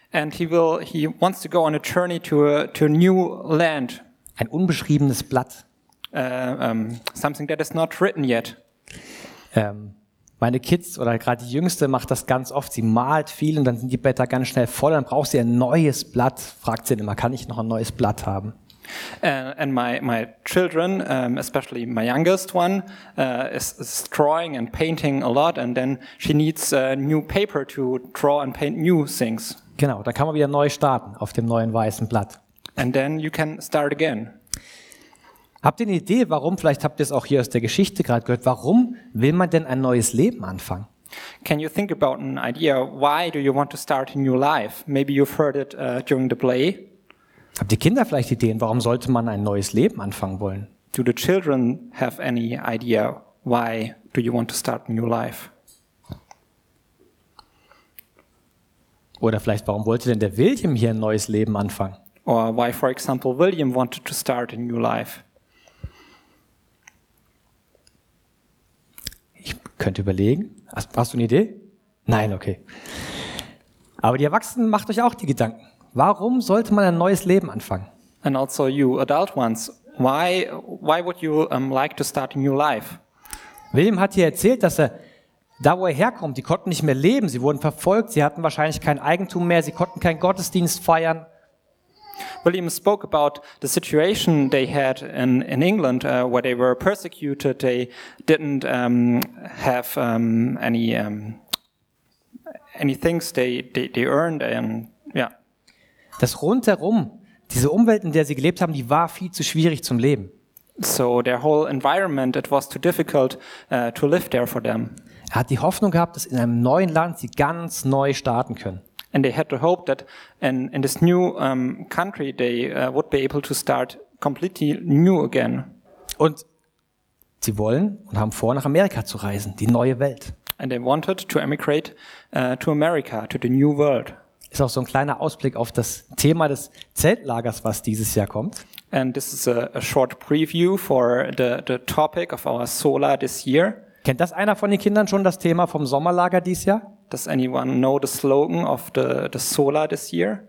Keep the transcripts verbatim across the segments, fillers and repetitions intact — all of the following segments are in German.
And he will. He wants to go on a journey to a to a new land. Ein unbeschriebenes Blatt. Uh, um, something that is not written yet. Ähm, meine Kids oder gerade die Jüngste macht das ganz oft. Sie malt viel und dann sind die Blätter ganz schnell voll. Dann braucht sie ein neues Blatt. Fragt sie immer, kann ich noch ein neues Blatt haben? Uh, and my my children, um, especially my youngest one, uh, is, is drawing and painting a lot, and then she needs uh, new paper to draw and paint new things. Genau, dann kann man wieder neu starten auf dem neuen weißen Blatt. And then you can start again. Habt ihr eine Idee, warum, vielleicht habt ihr es auch hier aus der Geschichte gerade gehört, warum will man denn ein neues Leben anfangen? Can you think about an idea? Why do you want to start a new life? Maybe you've heard it uh, during the play. Habt ihr Kinder vielleicht Ideen, warum sollte man ein neues Leben anfangen wollen? Do the children have any idea why do you want to start a new life? Oder vielleicht, warum wollte denn der William hier ein neues Leben anfangen? Or why, for example, William wanted to start a new life? Ich könnte überlegen. Hast, hast du eine Idee? Nein, okay. Aber die Erwachsenen, macht euch auch die Gedanken. Warum sollte man ein neues Leben anfangen? And also you adult ones, why why would you um, like to start a new life? William hat hier erzählt, dass er da, wo er herkommt, die konnten nicht mehr leben, sie wurden verfolgt, sie hatten wahrscheinlich kein Eigentum mehr, sie konnten keinen Gottesdienst feiern. William spoke about the situation they had in, in England, uh, where they were persecuted. They didn't um, have um, any um, any things they, they, they earned, and yeah. Das rundherum, diese Umwelt, in der sie gelebt haben, die war viel zu schwierig zum Leben. So their whole environment, it was too difficult uh, to live there for them. Er hat die Hoffnung gehabt, dass in einem neuen Land sie ganz neu starten können. And they had to hope that in, in this new um, country they uh, would be able to start completely new again. Und sie wollen und haben vor, nach Amerika zu reisen, die neue Welt. And they wanted to emigrate uh, to America, to the new world. Ist auch so ein kleiner Ausblick auf das Thema des Zeltlagers, was dieses Jahr kommt. And this is a, a short preview for the, the topic of our Sola this year. Kennt das einer von den Kindern schon, das Thema vom Sommerlager dieses Jahr? Does anyone know the slogan of the, the Sola this year?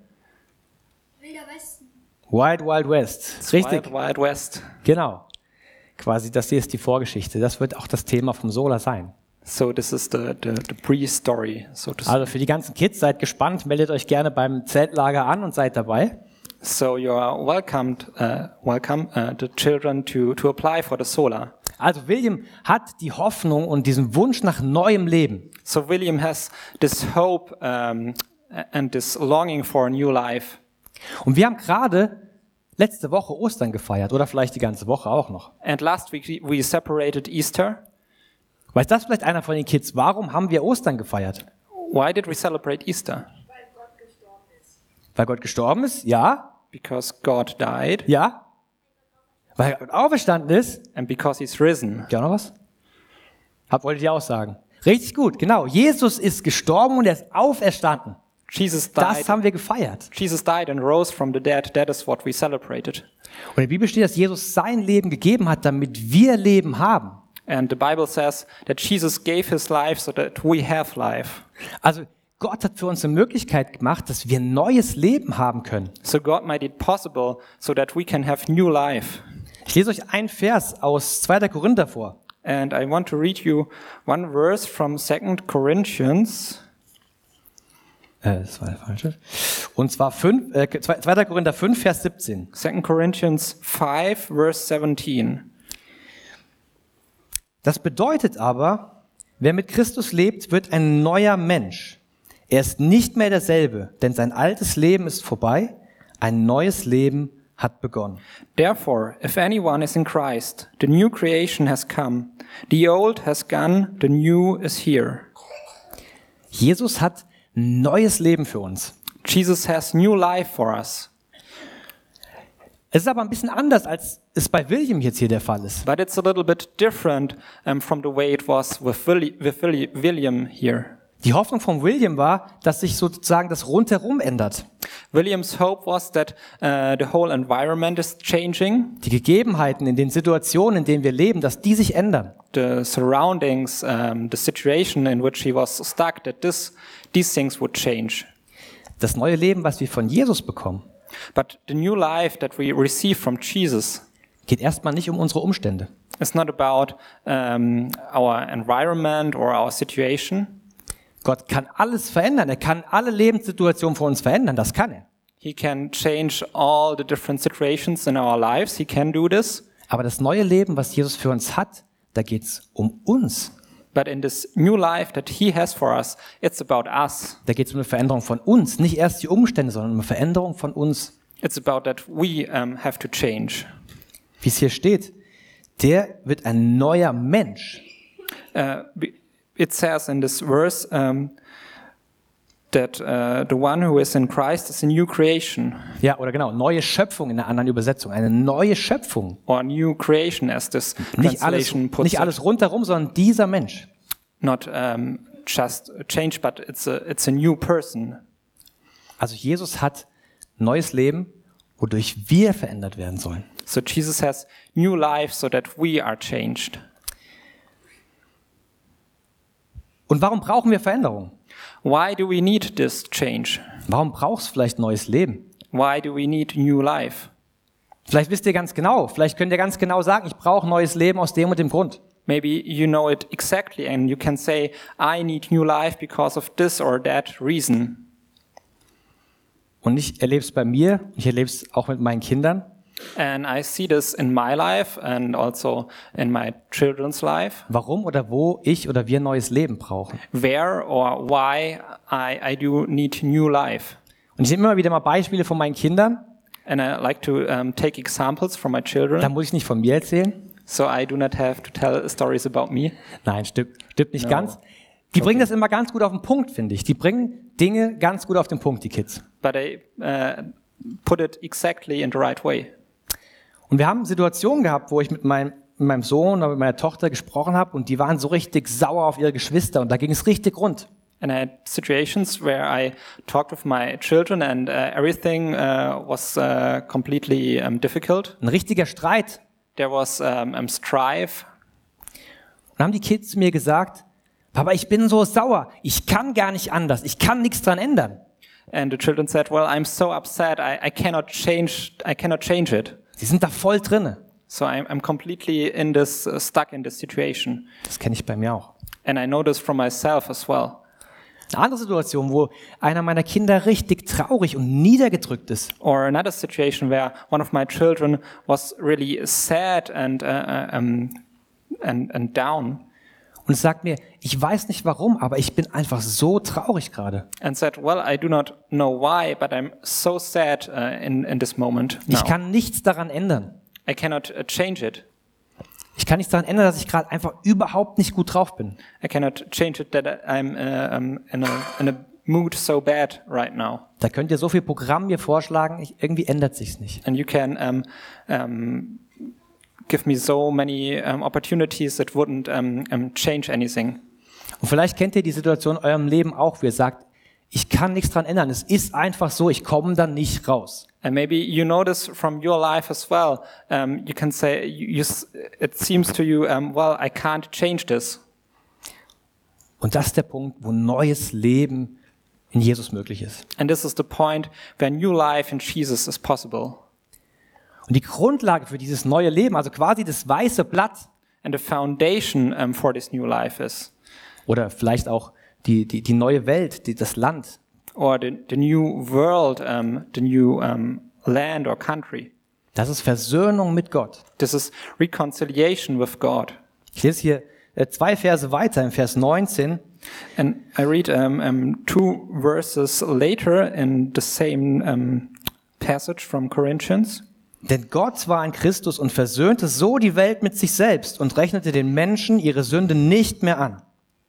Wilder Westen. Wild Wild West. It's Richtig. Wild Wild West. Genau. Quasi, das hier ist die Vorgeschichte. Das wird auch das Thema vom Sola sein. So this is the, the, the pre-story, so to say. Also für die ganzen Kids, seid gespannt, meldet euch gerne beim Zeltlager an und seid dabei. So you are welcomed, uh, welcome uh, the children to, to apply for the Sola. Also William hat die Hoffnung und diesen Wunsch nach neuem Leben. So William has this hope um, and this longing for a new life. Und wir haben gerade letzte Woche Ostern gefeiert oder vielleicht die ganze Woche auch noch. And last week we separated Easter. Weiß das vielleicht einer von den Kids? Warum haben wir Ostern gefeiert? Why did we celebrate Easter? Weil Gott gestorben ist. Weil Gott gestorben ist? Ja. Because God died Ja. Weil Gott auferstanden ist? and because He's risen. Ja, noch was? Hab, wolltet ihr auch sagen. Richtig gut, genau. Jesus ist gestorben und er ist auferstanden. Jesus Das died. haben wir gefeiert. Jesus died and rose from the dead. That is what we celebrated. Und in der Bibel steht, dass Jesus sein Leben gegeben hat, damit wir Leben haben. And the Bible says that Jesus gave His life so that we have life. Also Gott hat für uns eine Möglichkeit gemacht, dass wir ein neues Leben haben können. So God made it possible so that we can have new life. Ich lese euch einen Vers aus zweiter Korinther vor. And I want to read you one verse from Second Corinthians. Äh, das war der falsche. Und zwar fünf, äh, zweiter Korinther fünf, Vers siebzehn. Second Corinthians five, verse seventeen. Das bedeutet aber, wer mit Christus lebt, wird ein neuer Mensch. Er ist nicht mehr derselbe, denn sein altes Leben ist vorbei, ein neues Leben hat begonnen. Therefore, if anyone is in Christ, the new creation has come. The old has gone, the new is here. Jesus hat ein neues Leben für uns. Jesus has new life for us. Es ist aber ein bisschen anders, als es bei William jetzt hier der Fall ist. But it's a little bit different um, from the way it was with, Willi- with Willi- William here. Die Hoffnung von William war, dass sich sozusagen das rundherum ändert. William's hope was that uh, the whole environment is changing. Die Gegebenheiten in den Situationen, in denen wir leben, dass die sich ändern. The surroundings, um, the situation in which he was stuck, that this, these things would change. Das neue Leben, was wir von Jesus bekommen, But the new life that we receive from Jesus geht erstmal nicht um unsere Umstände. is not about um, our environment or our situation. Gott kann alles verändern. Er kann alle Lebenssituationen für uns verändern. Das kann er. He can change all the different situations in our lives. He can do this. Aber das neue Leben, was Jesus für uns hat, da geht es um uns. But in this new life that he has for us, it's about us. Da geht es um eine Veränderung von uns. Nicht erst die Umstände, sondern um eine Veränderung von uns. It's about that we um, have to change. Wie es hier steht, der wird ein neuer Mensch. Uh, it says in this verse um, that uh, the one who is in Christ is a new creation, Ja, oder genau, neue Schöpfung in einer anderen Übersetzung. Eine neue Schöpfung. or new creation as this Nicht alles, translation puts nicht it. alles rundherum, sondern dieser Mensch. Not um, just a change, but it's a, it's a new person. Also Jesus hat neues Leben, wodurch wir verändert werden sollen. So Jesus has new life so that we are changed. Und warum brauchen wir Veränderung? Why do we need this change? Warum brauchst du vielleicht neues Leben? Why do we need new life? Vielleicht wisst ihr ganz genau, vielleicht könnt ihr ganz genau sagen, ich brauche neues Leben aus dem und dem Grund. Maybe you know it exactly and you can say, I need new life because of this or that reason. Und ich erlebe es bei mir, ich erlebe es auch mit meinen Kindern. And I see this in my life and also in my children's life, Warum oder wo ich oder wir neues Leben brauchen. where or why I, I do need new life. Und ich nehme immer wieder mal Beispiele von meinen Kindern. And I like to um, take examples from my Da children, muss ich nicht von mir erzählen. so I do not have to tell stories about me. Nein, stimmt, stimmt nicht No. ganz. Die bringen das immer ganz gut auf den Punkt, finde ich. Die bringen Dinge ganz gut auf den Punkt, die Kids. But I uh, put it exactly in the right way. Und wir haben Situationen gehabt, wo ich mit meinem, mit meinem Sohn oder mit meiner Tochter gesprochen habe und die waren so richtig sauer auf ihre Geschwister und da ging es richtig rund. And I had situations where I talked with my children and uh, everything uh, was uh, completely um, difficult. Ein richtiger Streit. There was um, um, strife. Und dann haben die Kids zu mir gesagt, Papa, ich bin so sauer, ich kann gar nicht anders, ich kann nichts dran ändern. And the children said, well, I'm so upset, I, I cannot change, I cannot change it. Sie sind da voll drinne. So I'm, I'm completely in this, uh, stuck in this situation. Das kenne ich bei mir auch. And I know this from myself as well. Eine andere Situation, wo einer meiner Kinder richtig traurig und niedergedrückt ist. Or another situation where one of my children was really sad and, uh, uh, um, and, and down. Und es sagt mir, ich weiß nicht warum, aber ich bin einfach so traurig gerade. And said, well, I do not know why, but I'm so sad uh, in, in this moment now. Ich kann nichts daran ändern. I cannot uh, change it. Ich kann nichts daran ändern, dass ich gerade einfach überhaupt nicht gut drauf bin. I cannot change it that I'm uh, um, in, a, in a mood so bad right now. Da könnt ihr so viel Programm mir vorschlagen, ich, irgendwie ändert sich's nicht. And you can um, um, give me so many um, opportunities that wouldn't um, um, change anything. Und vielleicht kennt ihr die Situation in eurem Leben auch, wo ihr sagt, ich kann nichts dran ändern, es ist einfach so, ich komme da nicht raus. And maybe you know this from your life as well. Um, you can say, you, you, it seems to you, um, well, I can't change this. Und das ist der Punkt, wo neues Leben in Jesus möglich ist. And this is the point where new life in Jesus is possible. Und die Grundlage für dieses neue Leben, also quasi das weiße Blatt, And the foundation um, for this new life is, oder vielleicht auch die, die, die neue Welt, die, das Land, or the, the new world, um, the new um, land or country. das ist Versöhnung mit Gott. This is reconciliation with God. Ich lese hier äh, zwei Verse weiter, im Vers neunzehn. And I read um, um, two verses later in the same um, passage from Corinthians. Denn Gott war in Christus und versöhnte so die Welt mit sich selbst und rechnete den Menschen ihre Sünde nicht mehr an.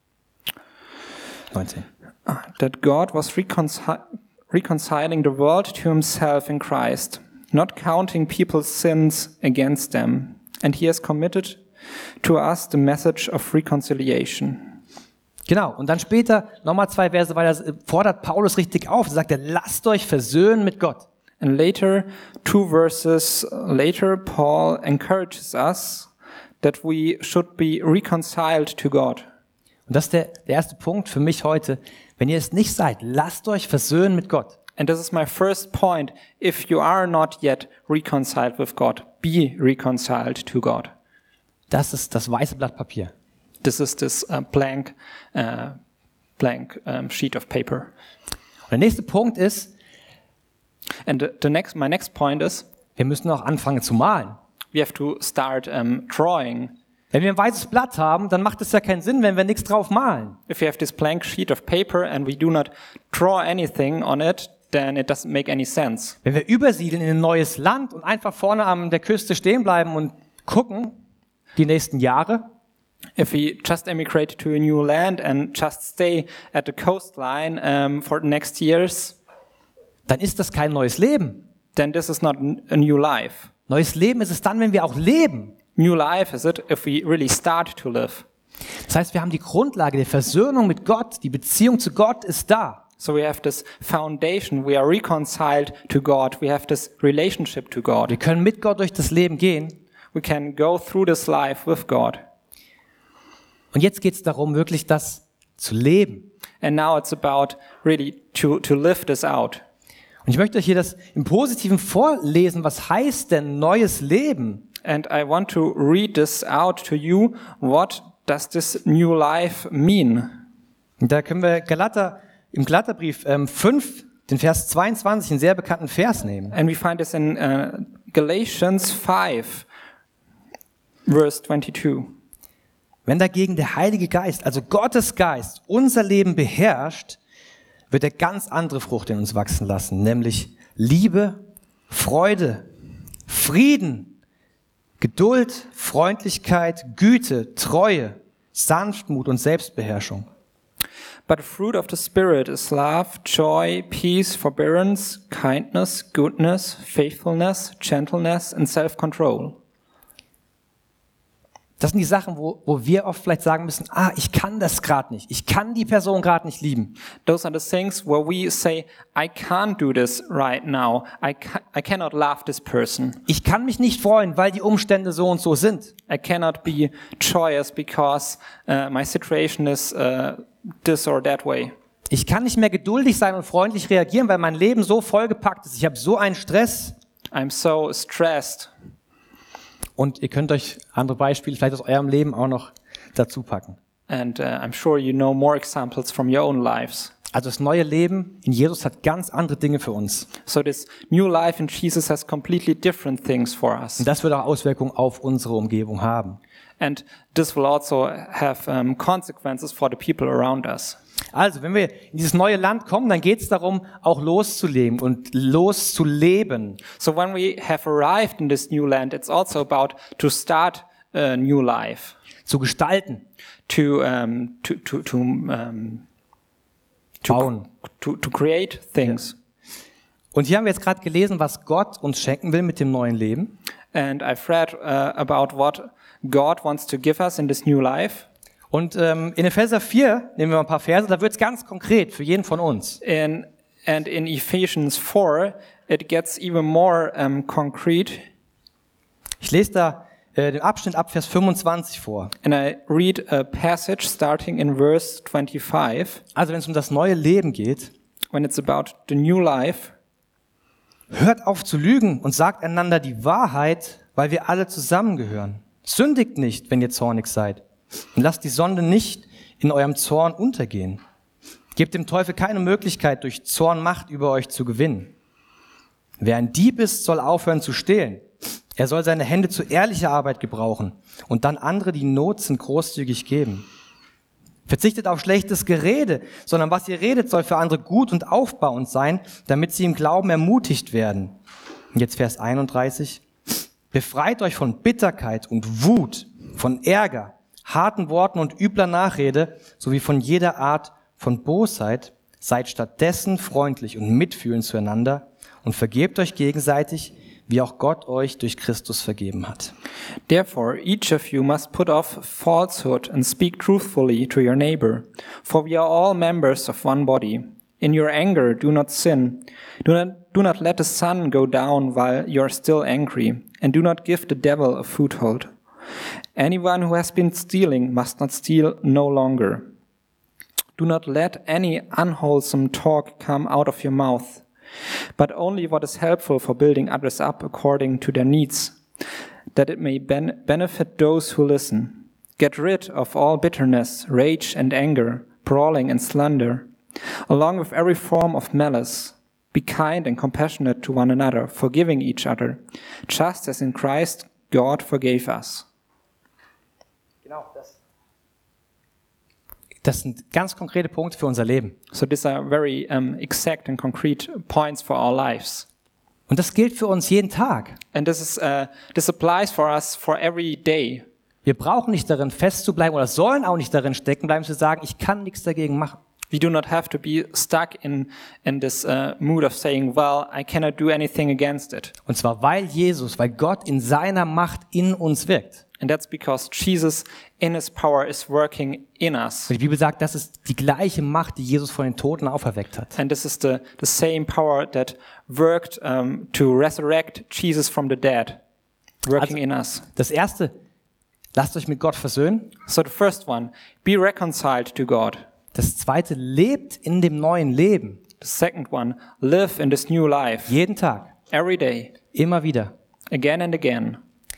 neunzehn. That God was reconci- reconciling the world to himself in Christ, not counting people's sins against them. And he has committed to us the message of reconciliation. Genau, und dann später, nochmal zwei Verse weiter, fordert Paulus richtig auf. Er sagt, lasst euch versöhnen mit Gott. And later, two verses later, Paul encourages us that we should be reconciled to God. Und das ist der, der erste Punkt für mich heute. Wenn ihr es nicht seid, lasst euch versöhnen mit Gott. And this is my first point. If you are not yet reconciled with God, be reconciled to God. Das ist das weiße Blatt Papier. This is this uh, blank, uh, blank um, sheet of paper. Und der nächste Punkt ist, And the, the next, my next point is, wir müssen auch anfangen zu malen. we have to start um, drawing. Wenn wir ein weißes Blatt haben, dann macht es ja keinen Sinn, wenn wir nichts drauf malen. If we have this blank sheet of paper and we do not draw anything on it, then it doesn't make any sense. Wenn wir übersiedeln in ein neues Land und einfach vorne an der Küste stehen bleiben und gucken, die nächsten Jahre, If we just emigrate to a new land and just stay at the coastline um, for the next years, dann ist das kein neues Leben. then this is not a new life. Neues Leben ist es dann, wenn wir auch leben. New life is it if we really start to live. Das heißt, wir haben die Grundlage der Versöhnung mit Gott, die Beziehung zu Gott ist da. So we have this foundation, we are reconciled to God, we have this relationship to God. Wir können mit Gott durch das Leben gehen. We can go through this life with God. Und jetzt geht es darum, wirklich das zu leben. And now it's about really to, to live this out. Und ich möchte euch hier das im Positiven vorlesen. Was heißt denn neues Leben? And I want to read this out to you. What does this new life mean? Und da können wir Galater, im Galaterbrief ähm, fünf, den Vers zweiundzwanzig, einen sehr bekannten Vers nehmen. And we find this in uh, Galatians five, verse twenty-two. Wenn dagegen der Heilige Geist, also Gottes Geist, unser Leben beherrscht, wird er ganz andere Frucht in uns wachsen lassen, nämlich Liebe, Freude, Frieden, Geduld, Freundlichkeit, Güte, Treue, Sanftmut und Selbstbeherrschung. But the fruit of the Spirit is love, joy, peace, forbearance, kindness, goodness, faithfulness, gentleness and self-control. Das sind die Sachen, wo, wo wir oft vielleicht sagen müssen, ah, ich kann das gerade nicht. Ich kann die Person gerade nicht lieben. Those are the things where we say, I can't do this right now. I, ca- I cannot love this person. Ich kann mich nicht freuen, weil die Umstände so und so sind. I cannot be joyous because uh, my situation is uh, this or that way. Ich kann nicht mehr geduldig sein und freundlich reagieren, weil mein Leben so vollgepackt ist. Ich habe so einen Stress. I'm so stressed. Und ihr könnt euch andere Beispiele vielleicht aus eurem Leben auch noch dazu packen. And uh, I'm sure you know more examples from your own lives. Also das neue Leben in Jesus hat ganz andere Dinge für uns. So this new life in Jesus has completely different things for us. Und das wird auch Auswirkungen auf unsere Umgebung haben. And this will also have um, consequences for the people around us. Also, wenn wir in dieses neue Land kommen, dann geht es darum, auch loszuleben und loszuleben. So when we have arrived in this new land, it's also about to start a new life, Zu gestalten, to um, to to to um, to, bauen. to to create things. Und hier haben wir jetzt gerade gelesen, was Gott uns schenken will mit dem neuen Leben. And I've read uh, about what God wants to give us in this new life. Und ähm, in Epheser vier, nehmen wir mal ein paar Verse, da wird es ganz konkret für jeden von uns. In, and in Ephesians four, it gets even more um, concrete. Ich lese da äh, den Abschnitt ab Vers fünfundzwanzig vor. And I read a passage starting in verse twenty-five, Also wenn es um das neue Leben geht, when it's about the new life. hört auf zu lügen und sagt einander die Wahrheit, weil wir alle zusammengehören. Sündigt nicht, wenn ihr zornig seid. Und lasst die Sonne nicht in eurem Zorn untergehen. Gebt dem Teufel keine Möglichkeit, durch Zorn Macht über euch zu gewinnen. Wer ein Dieb ist, soll aufhören zu stehlen. Er soll seine Hände zu ehrlicher Arbeit gebrauchen und dann andere, die in Not sind, großzügig geben. Verzichtet auf schlechtes Gerede, sondern was ihr redet, soll für andere gut und aufbauend sein, damit sie im Glauben ermutigt werden. Und jetzt Vers einunddreißig. Befreit euch von Bitterkeit und Wut, von Ärger, harten Worten und übler Nachrede, sowie von jeder Art von Bosheit. Seid stattdessen freundlich und mitfühlend zueinander und vergebt euch gegenseitig, wie auch Gott euch durch Christus vergeben hat. Therefore, each of you must put off falsehood and speak truthfully to your neighbor, for we are all members of one body. In your anger, do not sin. Do not, do not let the sun go down while you are still angry, and do not give the devil a foothold. Anyone who has been stealing must not steal no longer. Do not let any unwholesome talk come out of your mouth. but only what is helpful for building others up according to their needs, that it may ben- benefit those who listen. Get rid of all bitterness, rage and anger, brawling and slander, along with every form of malice. Be kind and compassionate to one another, forgiving each other, just as in Christ God forgave us. Genau, das. Das sind ganz konkrete Punkte für unser Leben. So these are very um, exact and concrete points for our lives. Und das gilt für uns jeden Tag. And this is uh, this applies for us for every day. Wir brauchen nicht darin festzubleiben oder sollen auch nicht darin stecken bleiben, zu sagen, ich kann nichts dagegen machen. We do not have to be stuck in in this uh, mood of saying, well, I cannot do anything against it. Und zwar, weil Jesus, weil Gott in seiner Macht in uns wirkt. And that's because Jesus in his power is working in us. Und die Bibel sagt, das ist die gleiche Macht, die Jesus von den Toten auferweckt hat. And this is the, the same power that worked um, to resurrect Jesus from the dead, working Also- in us. Das Erste, lasst euch mit Gott versöhnen. So the first one, be reconciled to God. Das Zweite, lebt in dem neuen Leben. The second one, live in this new life Jeden Tag. every day, Immer wieder. again and again.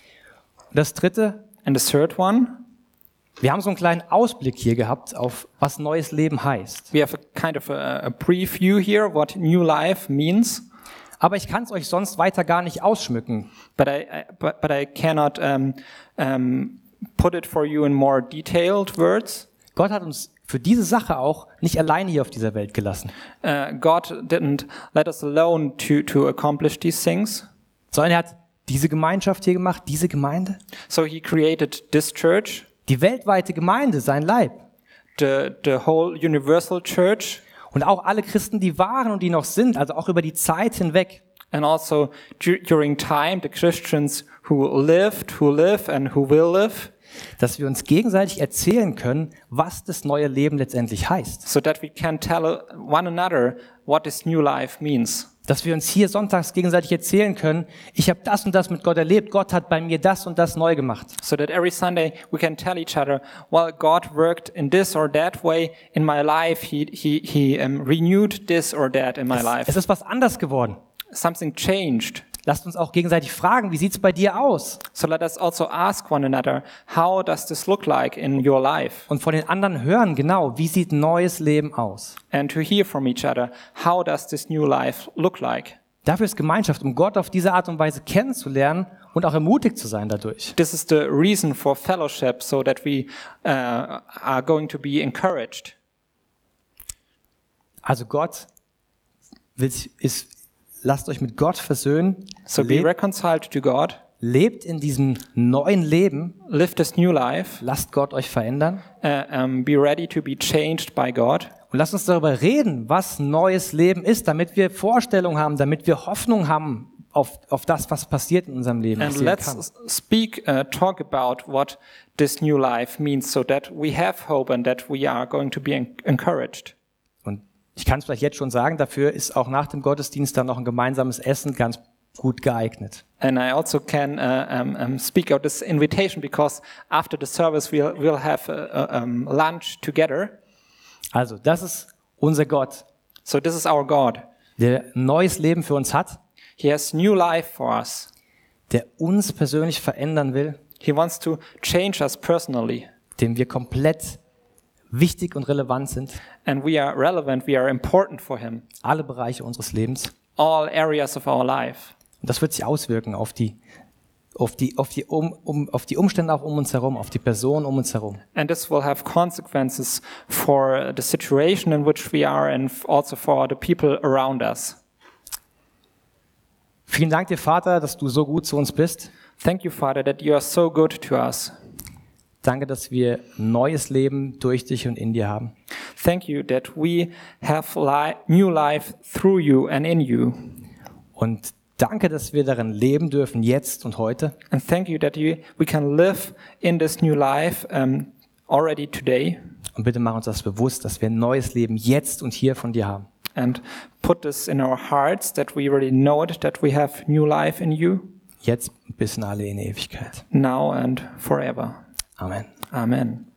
Und das Dritte, And the third one, wir haben so einen kleinen Ausblick hier gehabt auf, was neues Leben heißt. we have a kind of a, a preview here, what new life means. Aber ich kann es euch sonst weiter gar nicht ausschmücken. But I, I but, but I cannot um, um, put it for you in more detailed words. Gott hat uns für diese Sache auch nicht alleine hier auf dieser Welt gelassen, Uh, God didn't let us alone to, to accomplish these things. sondern er hat diese Gemeinschaft hier gemacht, diese Gemeinde, So he created this church, die weltweite Gemeinde, sein Leib. the, the whole universal church, Und auch alle Christen, die waren und die noch sind, also auch über die Zeit hinweg. and also du- during time, the Christians who lived, who live, and who will live, Dass wir uns gegenseitig erzählen können, was das neue Leben letztendlich heißt. so that we can tell one another what this new life means. Dass wir uns hier sonntags gegenseitig erzählen können, ich habe das und das mit Gott erlebt, Gott hat bei mir das und das neu gemacht. So that every Sunday we can tell each other, well, God worked in this or that way in my life. He, he, he um, renewed this or that in my Es life. ist was anders geworden. Something changed. Lasst uns auch gegenseitig fragen, wie sieht's bei dir aus? So let us also ask one another, how does this look like in your life? Und von den anderen hören, genau, wie sieht neues Leben aus? And to hear from each other, how does this new life look like? Dafür ist Gemeinschaft, um Gott auf diese Art und Weise kennenzulernen und auch ermutigt zu sein dadurch. This is the reason for fellowship, so that we uh, are going to be encouraged. Also Gott will, ist, lasst euch mit Gott versöhnen, So be lebt, reconciled to God, lebt in diesem neuen Leben, live this new life, lasst Gott euch verändern uh, um, be ready to be changed by God. und lasst uns darüber reden, was neues Leben ist, damit wir Vorstellungen haben, damit wir Hoffnung haben auf, auf das, was passiert in unserem Leben. was And hier let's kann. s- speak, uh, talk about what this new life means, so that we have hope and that we are going to be en- encouraged. Und ich kann es vielleicht jetzt schon sagen, dafür ist auch nach dem Gottesdienst dann noch ein gemeinsames Essen ganz gut geeignet. And I also can uh, um, um, speak out this invitation, because after the service we'll, we'll have a, a, um, lunch together. Also, das ist unser Gott, So this is our God. der ein neues Leben für uns hat, He has new life for us. der uns persönlich verändern will, He wants to change us personally. dem wir komplett wichtig und relevant sind, And we are relevant, we are important for him. alle Bereiche unseres Lebens. All areas of our life. Und das wird sich auswirken auf die, auf die, auf die, um, um, auf die Umstände auch um uns herum, auf die Person um uns herum. And this will have consequences for the situation in which we are and f- also for the people around us. Vielen Dank dir, Vater, dass du so gut zu uns bist. Thank you, Father, that you are so good to us. Danke, dass wir neues Leben durch dich und in dir haben. Thank you that we have li- new life through you and in you. Und danke, dass wir darin leben dürfen, jetzt und heute. And thank you that you, we can live in this new life um, already today. Und bitte mach uns das bewusst, dass wir ein neues Leben jetzt und hier von dir haben. And put this in our hearts, that we really know it, that we have new life in you, Jetzt bis in alle in Ewigkeit. now and forever. Amen. Amen.